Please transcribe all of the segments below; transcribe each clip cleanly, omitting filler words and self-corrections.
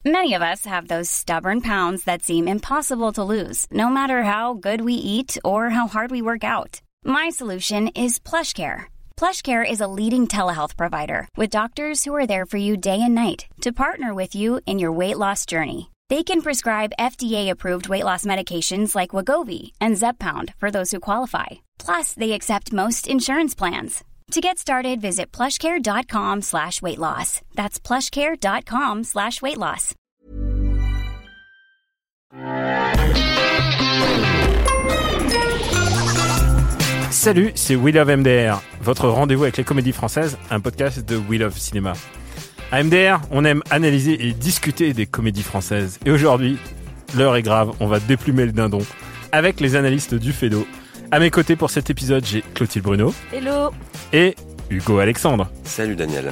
Many of us have those stubborn pounds that seem impossible to lose, no matter how good we eat or how hard we work out. My solution is PlushCare. PlushCare is a leading telehealth provider with doctors who are there for you day and night to partner with you in your weight loss journey. They can prescribe FDA-approved weight loss medications like Wegovy and Zepbound for those who qualify. Plus, they accept most insurance plans. To get started, visit plushcare.com/weightloss. That's plushcare.com/weightloss. Salut, c'est We Love MDR, votre rendez-vous avec les comédies françaises, un podcast de We Love Cinéma. À MDR, on aime analyser et discuter des comédies françaises. Et aujourd'hui, l'heure est grave, on va déplumer le dindon avec les analystes du Fedo. À mes côtés pour cet épisode, j'ai Clotilde Bruno. Hello. Et Hugo Alexandre. Salut Daniel.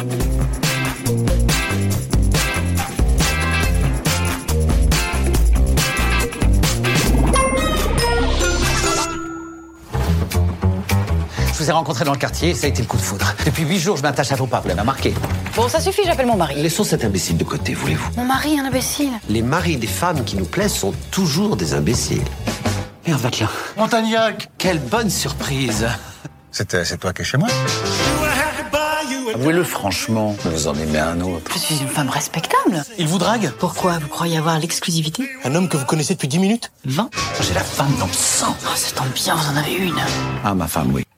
Je vous ai rencontré dans le quartier, ça a été le coup de foudre. Depuis 8 jours, je m'attache à vos pas, vous l'avez remarqué. Bon, ça suffit, j'appelle mon mari. Laissons cet imbécile de côté, voulez-vous. Mon mari, un imbécile. Les maris des femmes qui nous plaisent sont toujours des imbéciles. Merde, va-t-il. Montagnac. Quelle bonne surprise. C'est toi qui es chez moi. Avouez-le franchement, vous en aimez un autre. Je suis une femme respectable. Il vous drague? Pourquoi? Vous croyez avoir l'exclusivité? Un homme que vous connaissez depuis 10 minutes? 20. J'ai la femme dans le sang. Oh, ça tombe bien, vous en avez une. Ah, ma femme, oui.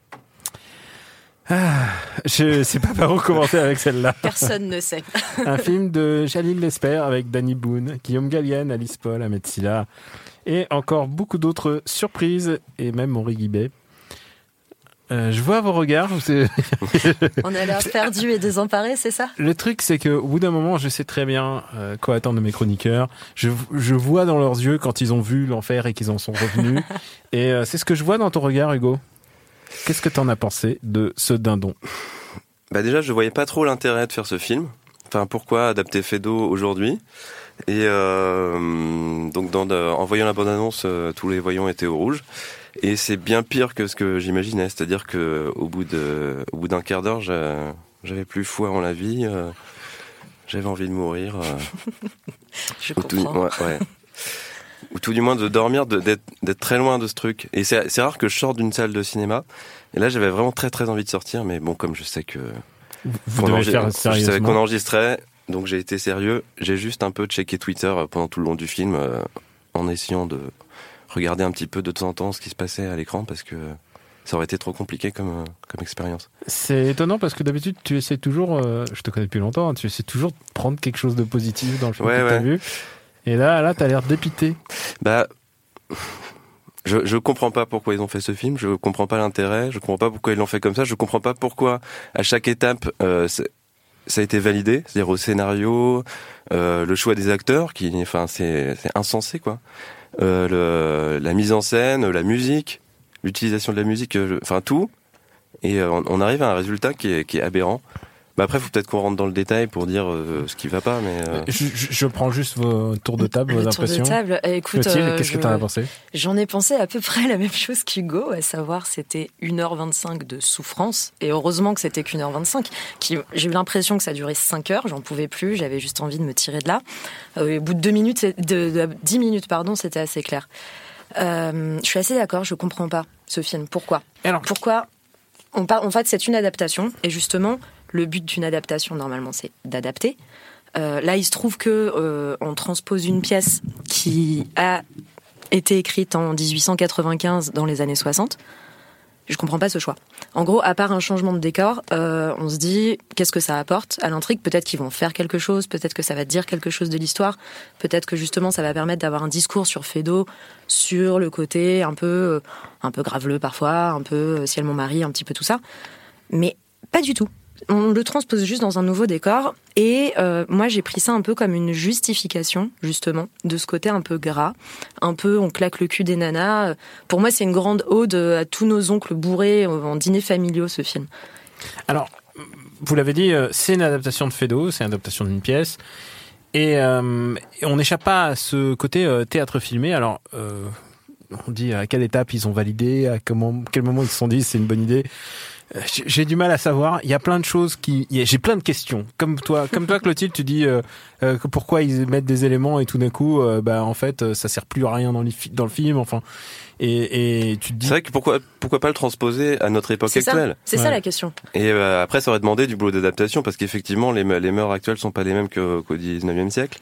Je sais pas par où commencer avec celle-là. Personne ne sait. Un film de Jalil Lesper avec Danny Boone, Guillaume Gallienne, Alice Paul, Ahmed Silla et encore beaucoup d'autres surprises et même Henri Guibet. Je vois vos regards. On a l'air perdu et désemparé, c'est ça? Le truc, c'est qu'au bout d'un moment, je sais très bien quoi attendre de mes chroniqueurs. Je vois dans leurs yeux quand ils ont vu l'enfer et qu'ils en sont revenus. Et c'est ce que je vois dans ton regard, Hugo. Qu'est-ce que t'en as pensé de ce dindon? Bah déjà, je voyais pas trop l'intérêt de faire ce film. Enfin, pourquoi adapter Fedo aujourd'hui? Et donc, en voyant la bande-annonce, tous les voyants étaient au rouge. Et c'est bien pire que ce que j'imaginais. C'est-à-dire que au bout d'un quart d'heure, j'avais plus foi en la vie. J'avais envie de mourir. Je comprends. Ouais. Ou tout du moins de dormir, d'être très loin de ce truc. Et c'est rare que je sorte d'une salle de cinéma. Et là, j'avais vraiment très très envie de sortir. Mais bon, comme je sais que vous devez faire sérieusement. Je savais qu'on enregistrait, donc j'ai été sérieux. J'ai juste un peu checké Twitter pendant tout le long du film, en essayant de regarder un petit peu de temps en temps ce qui se passait à l'écran, parce que ça aurait été trop compliqué comme expérience. C'est étonnant parce que d'habitude tu essaies toujours, je te connais depuis longtemps, hein, tu essaies toujours de prendre quelque chose de positif dans le film que t'as vu. Et là t'as l'air dépité. Bah, je comprends pas pourquoi ils ont fait ce film, je comprends pas l'intérêt, je comprends pas pourquoi ils l'ont fait comme ça, je comprends pas pourquoi à chaque étape ça a été validé, c'est-à-dire au scénario, le choix des acteurs, c'est insensé quoi. La mise en scène, la musique, l'utilisation de la musique, tout. Et on arrive à un résultat qui est aberrant. Bah après, faut peut-être qu'on rentre dans le détail pour dire ce qui va pas, mais... Je prends juste vos tours de table, vos impressions. Tour de table, écoute... Clotilde, qu'est-ce que t'en as pensé? J'en ai pensé à peu près la même chose qu'Hugo, à savoir c'était 1h25 de souffrance, et heureusement que c'était qu'1h25. J'ai eu l'impression que ça durait 5 heures, j'en pouvais plus, j'avais juste envie de me tirer de là. Au bout de 10 minutes, c'était assez clair. Je suis assez d'accord, je comprends pas ce film. Pourquoi? Pourquoi en fait, c'est une adaptation, et justement... Le but d'une adaptation, normalement, c'est d'adapter. Là, il se trouve que on transpose une pièce qui a été écrite en 1895 dans les années 60. Je comprends pas ce choix. En gros, à part un changement de décor, on se dit qu'est-ce que ça apporte à l'intrigue? Peut-être qu'ils vont faire quelque chose, peut-être que ça va dire quelque chose de l'histoire, peut-être que justement ça va permettre d'avoir un discours sur Fedo, sur le côté un peu graveleux parfois, un peu ciel mon mari, un petit peu tout ça. Mais pas du tout. On le transpose juste dans un nouveau décor et moi j'ai pris ça un peu comme une justification justement de ce côté un peu gras, un peu on claque le cul des nanas. Pour moi c'est une grande ode à tous nos oncles bourrés en dîner familiaux ce film. Alors vous l'avez dit, c'est une adaptation de Fedo, c'est une adaptation d'une pièce et on n'échappe pas à ce côté théâtre filmé. Alors on dit à quelle étape ils ont validé, quel moment ils se sont dit c'est une bonne idée. J'ai du mal à savoir. Il y a plein de choses j'ai plein de questions. Comme toi, Clotilde, tu dis que pourquoi ils mettent des éléments et tout d'un coup, en fait, ça sert plus à rien dans le film. Enfin, et tu te dis. C'est vrai que pourquoi pas le transposer à notre époque actuelle. C'est ça la question. Et après, ça aurait demandé du boulot d'adaptation parce qu'effectivement, les mœurs actuelles sont pas les mêmes qu'au 19e siècle.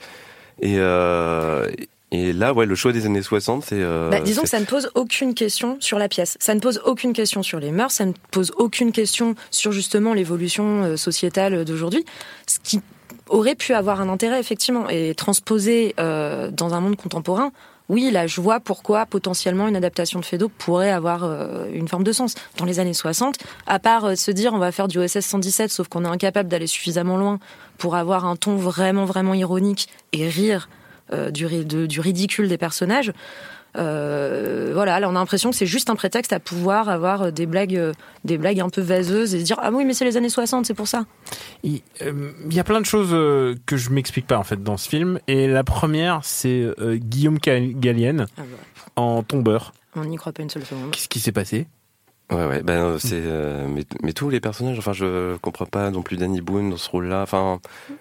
Et là, le choix des années 60, c'est... disons que ça ne pose aucune question sur la pièce. Ça ne pose aucune question sur les mœurs, ça ne pose aucune question sur justement l'évolution sociétale d'aujourd'hui. Ce qui aurait pu avoir un intérêt, effectivement, et transposer dans un monde contemporain, oui, là, je vois pourquoi potentiellement une adaptation de Feydeau pourrait avoir une forme de sens. Dans les années 60, à part se dire on va faire du OSS 117, sauf qu'on est incapable d'aller suffisamment loin pour avoir un ton vraiment, vraiment ironique et rire du ridicule des personnages. Là on a l'impression que c'est juste un prétexte à pouvoir avoir des blagues un peu vaseuses et se dire ah oui mais c'est les années 60, c'est pour ça. Il y a plein de choses que je m'explique pas en fait dans ce film, et la première c'est Guillaume Gallienne en tombeur. On n'y croit pas une seule seconde. Qu'est-ce qui s'est passé? Ouais, c'est mais tous les personnages, enfin je comprends pas non plus Danny Boone dans ce rôle-là, enfin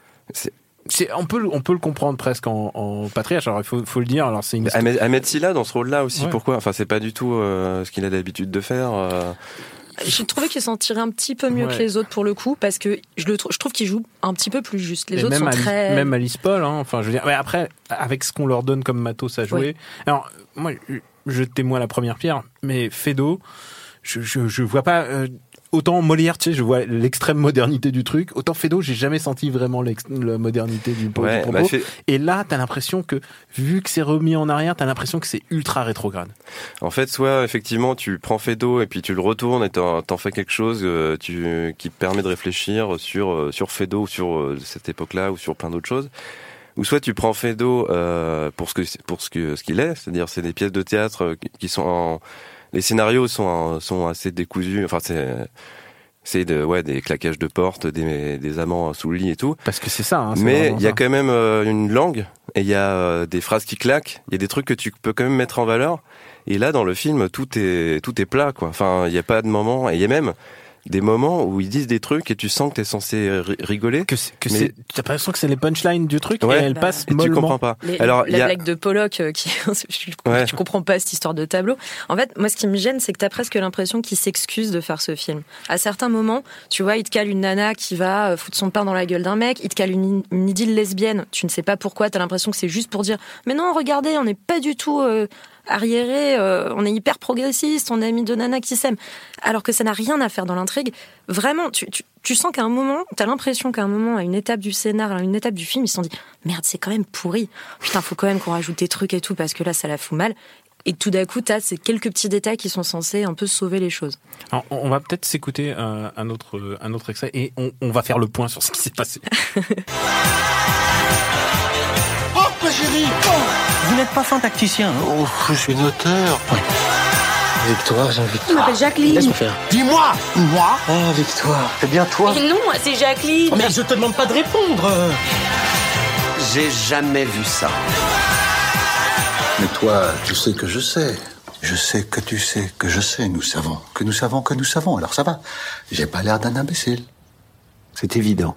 on peut le comprendre presque en patriarche. Alors il faut le dire. Alors c'est une Ahmed Silla dans ce rôle-là aussi. Ouais. Pourquoi? Enfin c'est pas du tout ce qu'il a d'habitude de faire. J'ai trouvé qu'il s'en tirait un petit peu mieux que les autres pour le coup, parce que je trouve qu'il joue un petit peu plus juste. Les autres sont très... Même Alice Paul, hein, enfin je veux dire. Mais après, avec ce qu'on leur donne comme matos à jouer. Ouais. Alors moi, jetez-moi la première pierre, mais Feydeau, je vois pas. Autant Molière, tu sais, je vois l'extrême modernité du truc. Autant Feydeau, j'ai jamais senti vraiment la modernité du propos. Et là, t'as l'impression que, vu que c'est remis en arrière, t'as l'impression que c'est ultra rétrograde. En fait, soit effectivement, tu prends Feydeau et puis tu le retournes et t'en fais quelque chose qui permet de réfléchir sur Feydeau, sur cette époque-là ou sur plein d'autres choses. Ou soit tu prends Feydeau pour ce qu'il est, c'est-à-dire c'est des pièces de théâtre qui sont les scénarios sont assez décousus. Enfin, c'est des claquages de portes, des amants sous le lit et tout. Parce que c'est ça. Hein, mais il y a quand même une langue et il y a des phrases qui claquent. Il y a des trucs que tu peux quand même mettre en valeur. Et là, dans le film, tout est plat, quoi. Enfin, il y a pas de moment. Et il y a même des moments où ils disent des trucs et tu sens que t'es censé rigoler. T'as l'impression que c'est les punchlines du truc et elles passent mollement. Tu comprends pas. La blague de Pollock, tu comprends pas cette histoire de tableau. En fait, moi, ce qui me gêne, c'est que t'as presque l'impression qu'il s'excuse de faire ce film. À certains moments, tu vois, il te cale une nana qui va foutre son pain dans la gueule d'un mec, il te cale une idylle lesbienne. Tu ne sais pas pourquoi, t'as l'impression que c'est juste pour dire, mais non, regardez, on n'est pas du tout arriéré, on est hyper progressiste, on a mis deux nanas qui s'aiment, alors que ça n'a rien à faire dans l'intrigue. Vraiment, tu sens qu'à un moment, t'as l'impression qu'à un moment, à une étape du scénar, à une étape du film, ils se sont dit merde, c'est quand même pourri. Putain, faut quand même qu'on rajoute des trucs et tout parce que là, ça la fout mal. Et tout d'un coup, t'as ces quelques petits détails qui sont censés un peu sauver les choses. Alors, on va peut-être s'écouter un autre extrait et on va faire le point sur ce qui s'est passé. Oh, ma chérie! Vous n'êtes pas fin tacticien, hein? Oh, je suis notaire. Oui. Victoire, j'ai envie de... Je m'appelle Jacqueline. Laisse-moi faire. Dis-moi! Moi? Oh, Victoire, c'est bien toi. Mais non, c'est Jacqueline. Oh, mais je te demande pas de répondre. J'ai jamais vu ça. Mais toi, tu sais que je sais. Je sais que tu sais que je sais. Nous savons que nous savons que nous savons. Alors ça va. J'ai pas l'air d'un imbécile. C'est évident.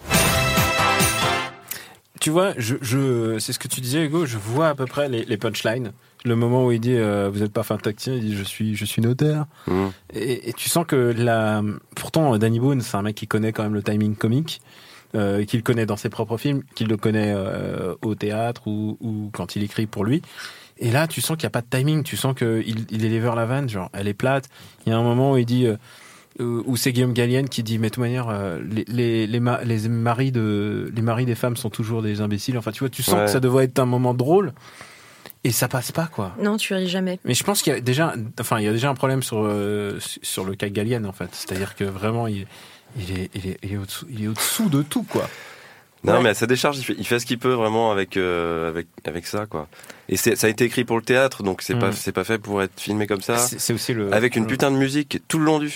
Tu vois, c'est ce que tu disais, Hugo, je vois à peu près les punchlines. Le moment où il dit vous n'êtes pas fin tacticien, il dit je suis notaire. Mmh. Et tu sens que pourtant Danny Boone, c'est un mec qui connaît quand même le timing comique, qu'il connaît dans ses propres films, qu'il le connaît au théâtre ou quand il écrit pour lui. Et là, tu sens qu'il n'y a pas de timing, tu sens qu'il délivre la vanne, genre elle est plate. Il y a un moment où il dit où c'est Guillaume Gallienne qui dit mais de toute manière les maris des femmes sont toujours des imbéciles. Enfin tu vois, tu sens que ça devrait être un moment drôle et ça passe pas quoi. Non, tu ris jamais. Mais je pense qu'il y a déjà un problème sur le cas Gallienne en fait. C'est-à-dire que vraiment il est au-dessous de tout quoi. Non, mais à sa décharge, il fait ce qu'il peut vraiment avec ça, quoi. Et ça a été écrit pour le théâtre, donc c'est pas fait pour être filmé comme ça. C'est aussi avec une putain de musique tout le long du film.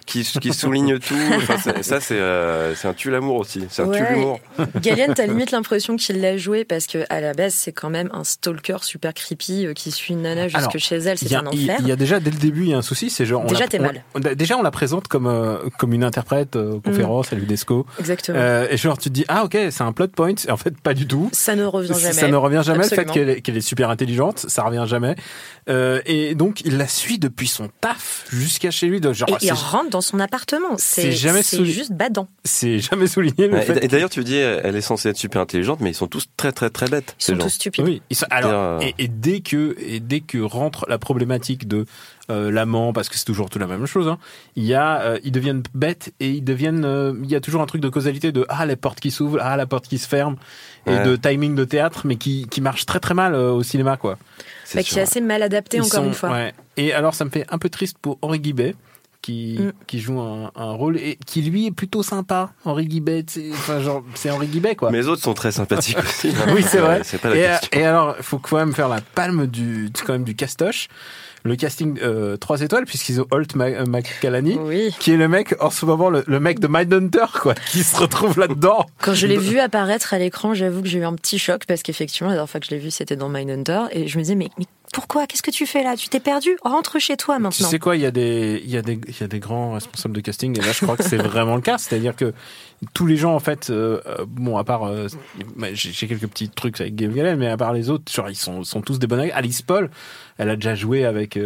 qui souligne tout. Enfin, c'est un tue-l'amour aussi. C'est un tue-l'humour. Gallienne, t'as limite l'impression qu'il l'a joué parce que à la base, c'est quand même un stalker super creepy qui suit une nana jusque chez elle. C'est un enfer. Il y a déjà, dès le début, il y a un souci. C'est genre, t'es mal. Déjà, on la présente comme une interprète conférence à l'Udesco. Exactement. Et genre, tu te dis, ah, ok, c'est un plot point. Et en fait, pas du tout. Ça ne revient jamais. Ça ne revient jamais. Absolument. Le fait qu'elle est super intelligente, ça revient jamais. Et donc, il la suit depuis son taf jusqu'à chez lui. Genre, et il rentre dans son appartement. C'est juste badant. C'est jamais souligné le fait. Et d'ailleurs, tu dis, elle est censée être super intelligente, mais ils sont tous très très très bêtes. Ils sont tous stupides. Oui. Et dès que rentre la problématique de l'amant, parce que c'est toujours tout la même chose, hein, ils deviennent bêtes et il y a toujours un truc de causalité de la porte qui s'ouvre, la porte qui se ferme, et de timing de théâtre, mais qui marche très très mal au cinéma, quoi. Qui est assez mal adapté une fois. Ouais. Et alors, ça me fait un peu triste pour Henri Guibet, qui joue un rôle et qui lui est plutôt sympa. Henri Guibet, c'est Henri Guibet, quoi. Mais les autres sont très sympathiques aussi. Oui, c'est vrai. C'est pas la question. Et alors, il faut quand même faire la palme du castoche. Le casting 3 étoiles, puisqu'ils ont Holt McCallany, qui est le mec, en ce moment, le mec de Mindhunter, quoi, qui se retrouve là-dedans. Quand je l'ai vu apparaître à l'écran, j'avoue que j'ai eu un petit choc, parce qu'effectivement, la dernière fois que je l'ai vu, c'était dans Mindhunter, et je me disais, mais pourquoi? Qu'est-ce que tu fais là? Tu t'es perdu? Rentre chez toi maintenant. Tu sais quoi, il y a des grands responsables de casting, et là, je crois que c'est vraiment le cas. C'est-à-dire que tous les gens, en fait, à part, j'ai quelques petits trucs avec Guillaume Gallen, mais à part les autres, genre, ils sont tous des bonnes actrices. Alice Paul, elle a déjà joué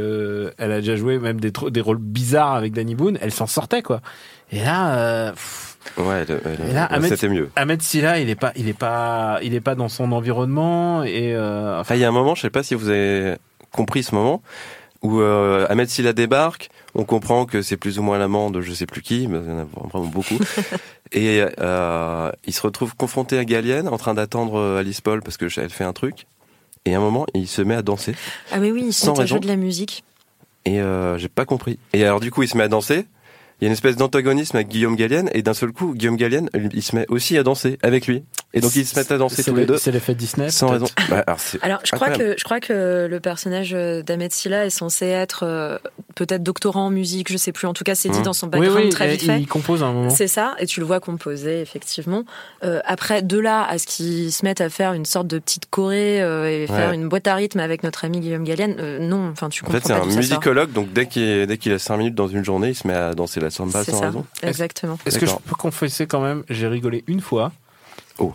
même des rôles bizarres avec Danny Boone, elle s'en sortait, quoi. Et là, c'était mieux. Ahmed Silla, il est pas dans son environnement, et il y a un moment, je sais pas si vous avez compris ce moment, où Ahmed Silla débarque, on comprend que c'est plus ou moins l'amant de je sais plus qui, mais il y en a vraiment beaucoup. Et il se retrouve confronté à Gallienne, en train d'attendre Alice Paul parce que elle fait un truc. Et à un moment, il se met à danser. Ah mais oui, il se met à jouer de la musique. Et j'ai pas compris. Et alors du coup, il se met à danser. Il y a une espèce d'antagonisme avec Guillaume Gallienne, et d'un seul coup, Guillaume Gallienne, il se met aussi à danser avec lui. Et donc ils se mettent à danser tous les deux. C'est l'effet Disney. Sans raison. Alors je crois que le personnage d'Ahmed Silla est censé être peut-être doctorant en musique, je sais plus. En tout cas, c'est dit dans son background très vite fait. Il compose à un moment. C'est ça, et tu le vois composer effectivement. Après, de là à ce qu'ils se mettent à faire une sorte de petite choré et faire une boîte à rythme avec notre ami Guillaume Gallienne, non. Enfin, tu comprends pas. En fait, c'est un musicologue, donc dès qu'il a 5 minutes dans une journée, il se met à danser la samba sans raison. Exactement. Est-ce que je peux confesser quand même, j'ai rigolé une fois. Oh.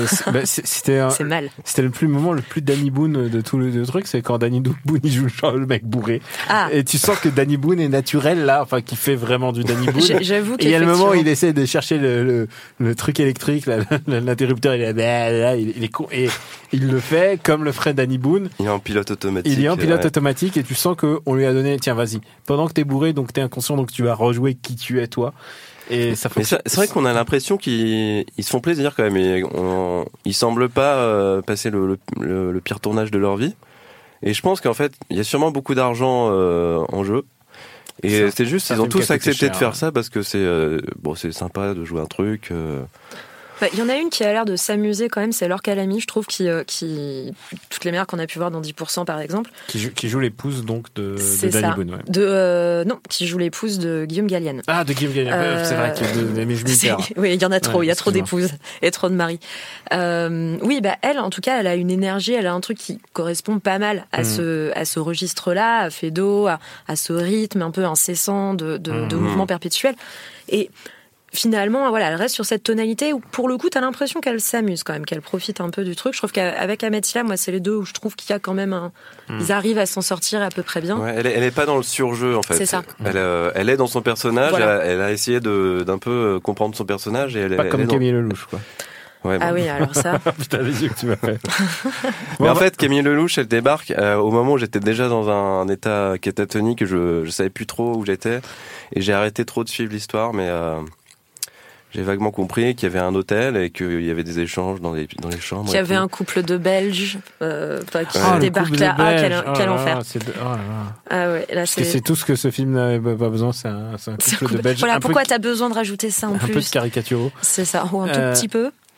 C'est mal. C'était le moment le plus Danny Boone de tout le truc, c'est quand Danny Boone il joue genre le mec bourré. Et tu sens que Danny Boone est naturel là, enfin qui fait vraiment du Danny Boone. J'avoue et il y a le moment où il essaie de chercher le truc électrique, l'interrupteur, il est con, et il le fait comme le ferait Danny Boone. Il est en pilote automatique. Il est en pilote automatique et tu sens qu'on lui a donné, tiens vas-y, pendant que t'es bourré, donc t'es inconscient, donc tu vas rejouer qui tu es toi. Et ça c'est vrai qu'on a l'impression qu'ils se font plaisir quand même, et ils semblent pas passer le pire tournage de leur vie. Et je pense qu'en fait, il y a sûrement beaucoup d'argent en jeu. Et c'est juste, ils ont tous accepté de faire ça parce que c'est sympa de jouer un truc. Il y en a une qui a l'air de s'amuser quand même, c'est Laure Calamy, je trouve, qui toutes les mères qu'on a pu voir dans 10% par exemple. Qui joue l'épouse donc de Danny Boone. Ouais. Non, qui joue l'épouse de Guillaume Gallienne. Ah, de Guillaume Gallienne, c'est vrai, oui, il y en a trop, il y a trop d'épouses et trop de maris. Oui, elle, en tout cas, elle a une énergie, elle a un truc qui correspond pas mal à ce registre-là, à Fédo, à ce rythme un peu incessant de mouvement perpétuel. Et finalement, voilà, elle reste sur cette tonalité où, pour le coup, t'as l'impression qu'elle s'amuse quand même, qu'elle profite un peu du truc. Je trouve qu'avec Ahmed Silla, moi, c'est les deux où je trouve qu'il y a quand même ils arrivent à s'en sortir à peu près bien. Ouais, elle est pas dans le surjeu, en fait. C'est ça. Elle est dans son personnage, voilà. Elle a essayé d'un peu comprendre son personnage, et pas comme Camille Lelouch, quoi. Ouais, ah oui, alors ça. Putain, les yeux que tu m'as fait. Mais en fait, Camille Lelouch, elle débarque au moment où j'étais déjà dans un état catatonique, je savais plus trop où j'étais, et j'ai arrêté trop de suivre l'histoire, mais j'ai vaguement compris qu'il y avait un hôtel et qu'il y avait des échanges dans les chambres. Qu'il y avait un couple de Belges qui débarquent là. Quel enfer. Ah ouais, là c'est tout ce que ce film n'avait pas besoin, c'est un couple de Belges. Voilà, pourquoi t'as besoin de rajouter ça en plus? Un peu de caricaturaux. C'est ça, ou un tout petit peu.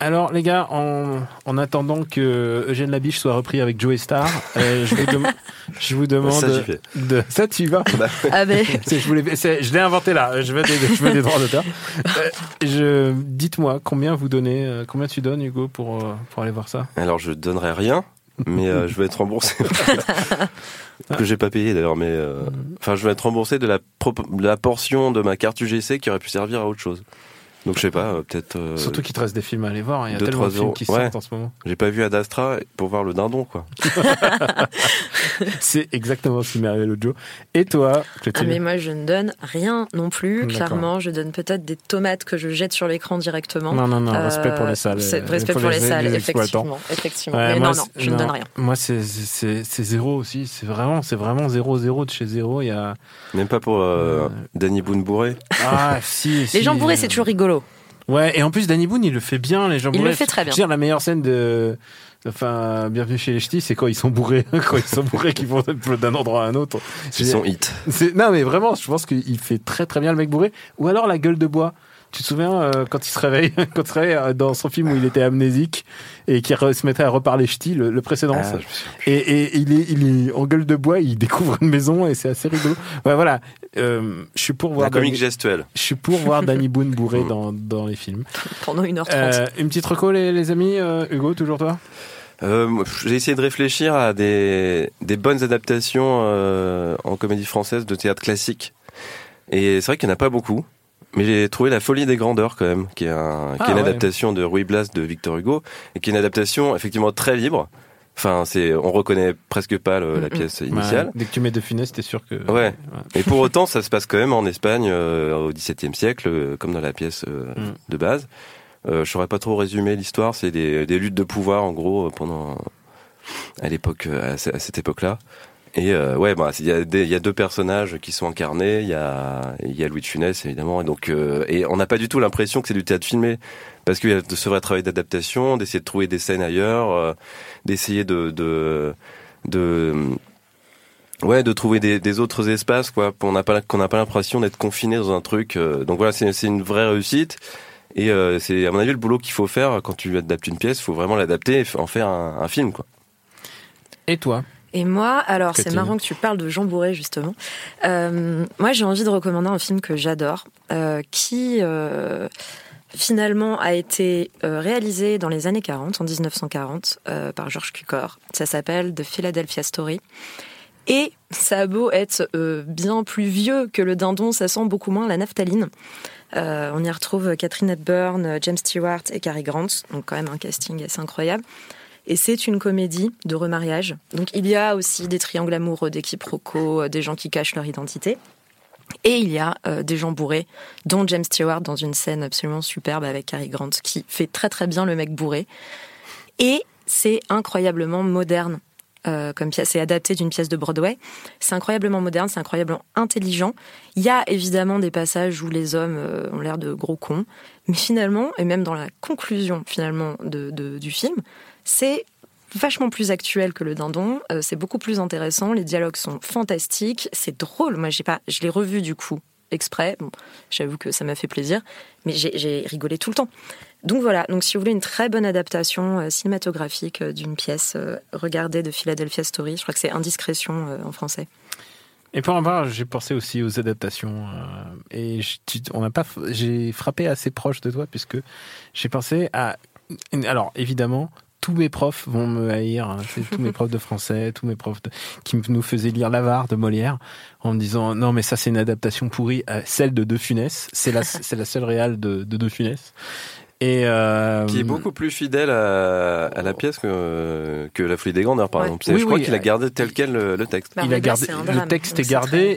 Alors les gars, en attendant que Eugène Labiche soit repris avec Joey Star, je vous demande de ça tu y vas. Ah ben je l'ai inventé là, je veux des droits d'auteur. Dites-moi combien tu donnes Hugo pour aller voir ça. Alors je donnerai rien, mais je vais être remboursé. Que j'ai pas payé d'ailleurs, mais je vais être remboursé de la portion de ma carte UGC qui aurait pu servir à autre chose. Donc je sais pas, peut-être. Surtout qu'il te reste des films à aller voir. Il y a tellement de films qui sortent en ce moment. J'ai pas vu Ad Astra pour voir le dindon, quoi. C'est exactement ce qui m'est arrivé l'autre jour. Et toi, Clotilde ? Mais moi je ne donne rien non plus. D'accord. Clairement, je donne peut-être des tomates que je jette sur l'écran directement. Non, respect pour les salles. Respect pour les salles, effectivement. Ouais, mais je ne donne rien. Moi c'est zéro aussi. C'est vraiment 0 de chez zéro. Il y a même pas pour Danny Boone bourré. Ah si. Les gens bourrés, c'est toujours rigolo. Ouais, et en plus Danny Boone il le fait bien, les gens bourrés. Il le fait très bien. Je veux dire, la meilleure scène Bienvenue chez les Ch'tis, c'est quand ils sont bourrés, qu'ils vont d'un endroit à un autre. C'est son hit. Non mais vraiment, je pense qu'il fait très très bien le mec bourré. Ou alors La Gueule de bois. Tu te souviens quand il se réveille dans son film où il était amnésique et qu'il se mettait à reparler ch'ti, le précédent. Et il est en gueule de bois, il découvre une maison et c'est assez rigolo. Ouais, voilà. Je suis pour voir. La comique gestuelle. Je suis pour voir Danny Boone bourré dans les films. Pendant 1h30. Une petite reco, les amis. Hugo, toujours toi? J'ai essayé de réfléchir à des bonnes adaptations en comédie française de théâtre classique. Et c'est vrai qu'il n'y en a pas beaucoup. Mais j'ai trouvé La Folie des Grandeurs quand même, qui est une adaptation de Ruy Blas de Victor Hugo, et qui est une adaptation effectivement très libre. Enfin, on reconnaît presque pas la pièce initiale. Ouais, dès que tu mets De Funès, t'es sûr que. Ouais. Et pour autant, ça se passe quand même en Espagne au XVIIe siècle, comme dans la pièce de base. Je saurais pas trop résumer l'histoire. C'est des luttes de pouvoir en gros à l'époque, à cette époque-là. Et il y a deux personnages qui sont incarnés. Il y a Louis de Funès évidemment. Et donc et on n'a pas du tout l'impression que c'est du théâtre filmé, parce qu'il y a ce vrai travail d'adaptation, d'essayer de trouver des scènes ailleurs, d'essayer de trouver des autres espaces, quoi. Qu'on n'a pas l'impression d'être confiné dans un truc. Donc voilà, c'est une vraie réussite. Et c'est à mon avis le boulot qu'il faut faire quand tu adaptes une pièce. Il faut vraiment l'adapter et en faire un film, quoi. Et toi? Et moi, alors c'est marrant que tu parles de Jean Bourré justement. Moi, j'ai envie de recommander un film que j'adore, qui finalement a été réalisé dans les années 40, en 1940, par George Cukor. Ça s'appelle The Philadelphia Story. Et ça a beau être bien plus vieux que le dindon, ça sent beaucoup moins la naphtaline. On y retrouve Katharine Hepburn, James Stewart et Cary Grant, donc quand même un casting assez incroyable. Et c'est une comédie de remariage. Donc il y a aussi des triangles amoureux, des quiproquos, des gens qui cachent leur identité. Et il y a des gens bourrés, dont James Stewart dans une scène absolument superbe avec Cary Grant, qui fait très très bien le mec bourré. Et c'est incroyablement moderne comme pièce. C'est adapté d'une pièce de Broadway. C'est incroyablement moderne, c'est incroyablement intelligent. Il y a évidemment des passages où les hommes ont l'air de gros cons. Mais finalement, et même dans la conclusion finalement du film, c'est vachement plus actuel que le dindon, c'est beaucoup plus intéressant, les dialogues sont fantastiques, c'est drôle. Moi, je l'ai revu du coup exprès. Bon, j'avoue que ça m'a fait plaisir, mais j'ai rigolé tout le temps. Donc voilà, donc si vous voulez une très bonne adaptation cinématographique d'une pièce, regardez de Philadelphia Story, je crois que c'est Indiscrétion en français. Et pour en part, j'ai pensé aussi aux adaptations et j'ai frappé assez proche de toi puisque j'ai pensé à... Alors évidemment, tous mes profs vont me haïr, hein. C'est tous mes profs de français, tous mes profs qui nous faisaient lire l'Avare de Molière en me disant non mais ça c'est une adaptation pourrie, celle de De Funès, c'est la seule réale de De Funès. Et qui est beaucoup plus fidèle à la pièce que La Folie des Grandeurs par exemple. Je crois qu'il a gardé tel quel le texte. Il a gardé le texte est gardé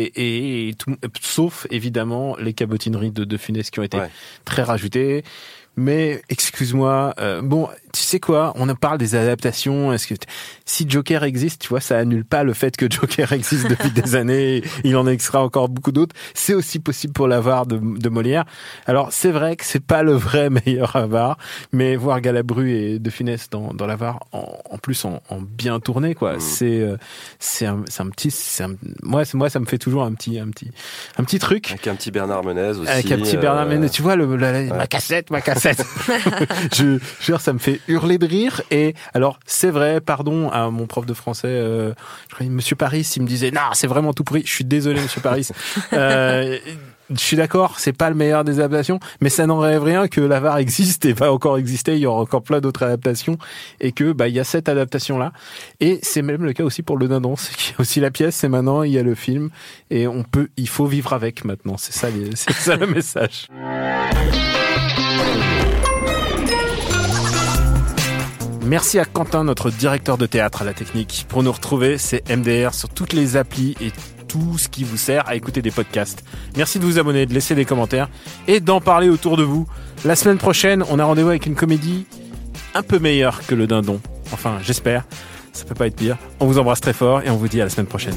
et tout, sauf évidemment les cabotineries de Funès qui ont été très rajoutées. Mais excuse-moi, bon, tu sais quoi, on en parle des adaptations. Est-ce que si Joker existe, tu vois, ça annule pas le fait que Joker existe depuis des années. Il en existera encore beaucoup d'autres. C'est aussi possible pour l'Avare de Molière. Alors c'est vrai que c'est pas le vrai meilleur Avare, mais voir Galabru et De Funès dans l'Avare, en plus en bien tourné, quoi. Moi ça me fait toujours un petit truc. Avec un petit Bernard Menez aussi. Avec un petit Bernard Menez. Tu vois ma cassette. fait. je jure, ça me fait hurler de rire. Et alors, c'est vrai, pardon à mon prof de français, je crois, Monsieur Paris, il me disait, non, c'est vraiment tout pourri. Je suis désolé, Monsieur Paris. Je suis d'accord, c'est pas le meilleur des adaptations, mais ça n'enlève rien que l'Avare existe et va encore exister. Il y aura encore plein d'autres adaptations et que il y a cette adaptation-là. Et c'est même le cas aussi pour Le Dindon. C'est qu'il y a aussi la pièce, c'est maintenant, il y a le film et il faut vivre avec maintenant. C'est ça le message. Merci à Quentin, notre directeur de théâtre à la technique. Pour nous retrouver, c'est MDR sur toutes les applis et tout ce qui vous sert à écouter des podcasts. Merci de vous abonner, de laisser des commentaires et d'en parler autour de vous. La semaine prochaine, on a rendez-vous avec une comédie un peu meilleure que Le Dindon. Enfin, j'espère. Ça peut pas être pire. On vous embrasse très fort et on vous dit à la semaine prochaine.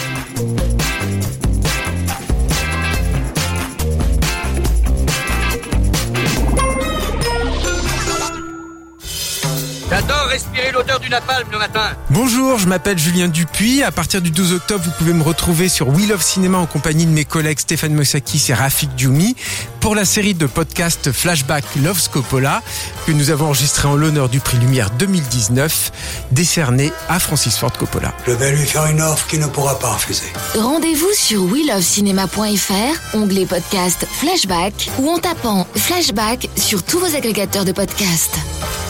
J'adore respirer l'odeur du napalm le matin. Bonjour, je m'appelle Julien Dupuis. À partir du 12 octobre, vous pouvez me retrouver sur We Love Cinéma en compagnie de mes collègues Stéphane Mossakis et Rafik Djoumi pour la série de podcasts Flashback Love Scopola que nous avons enregistré en l'honneur du prix Lumière 2019 décerné à Francis Ford Coppola. Je vais lui faire une offre qu'il ne pourra pas refuser. Rendez-vous sur welovecinéma.fr, onglet podcast Flashback ou en tapant Flashback sur tous vos agrégateurs de podcasts.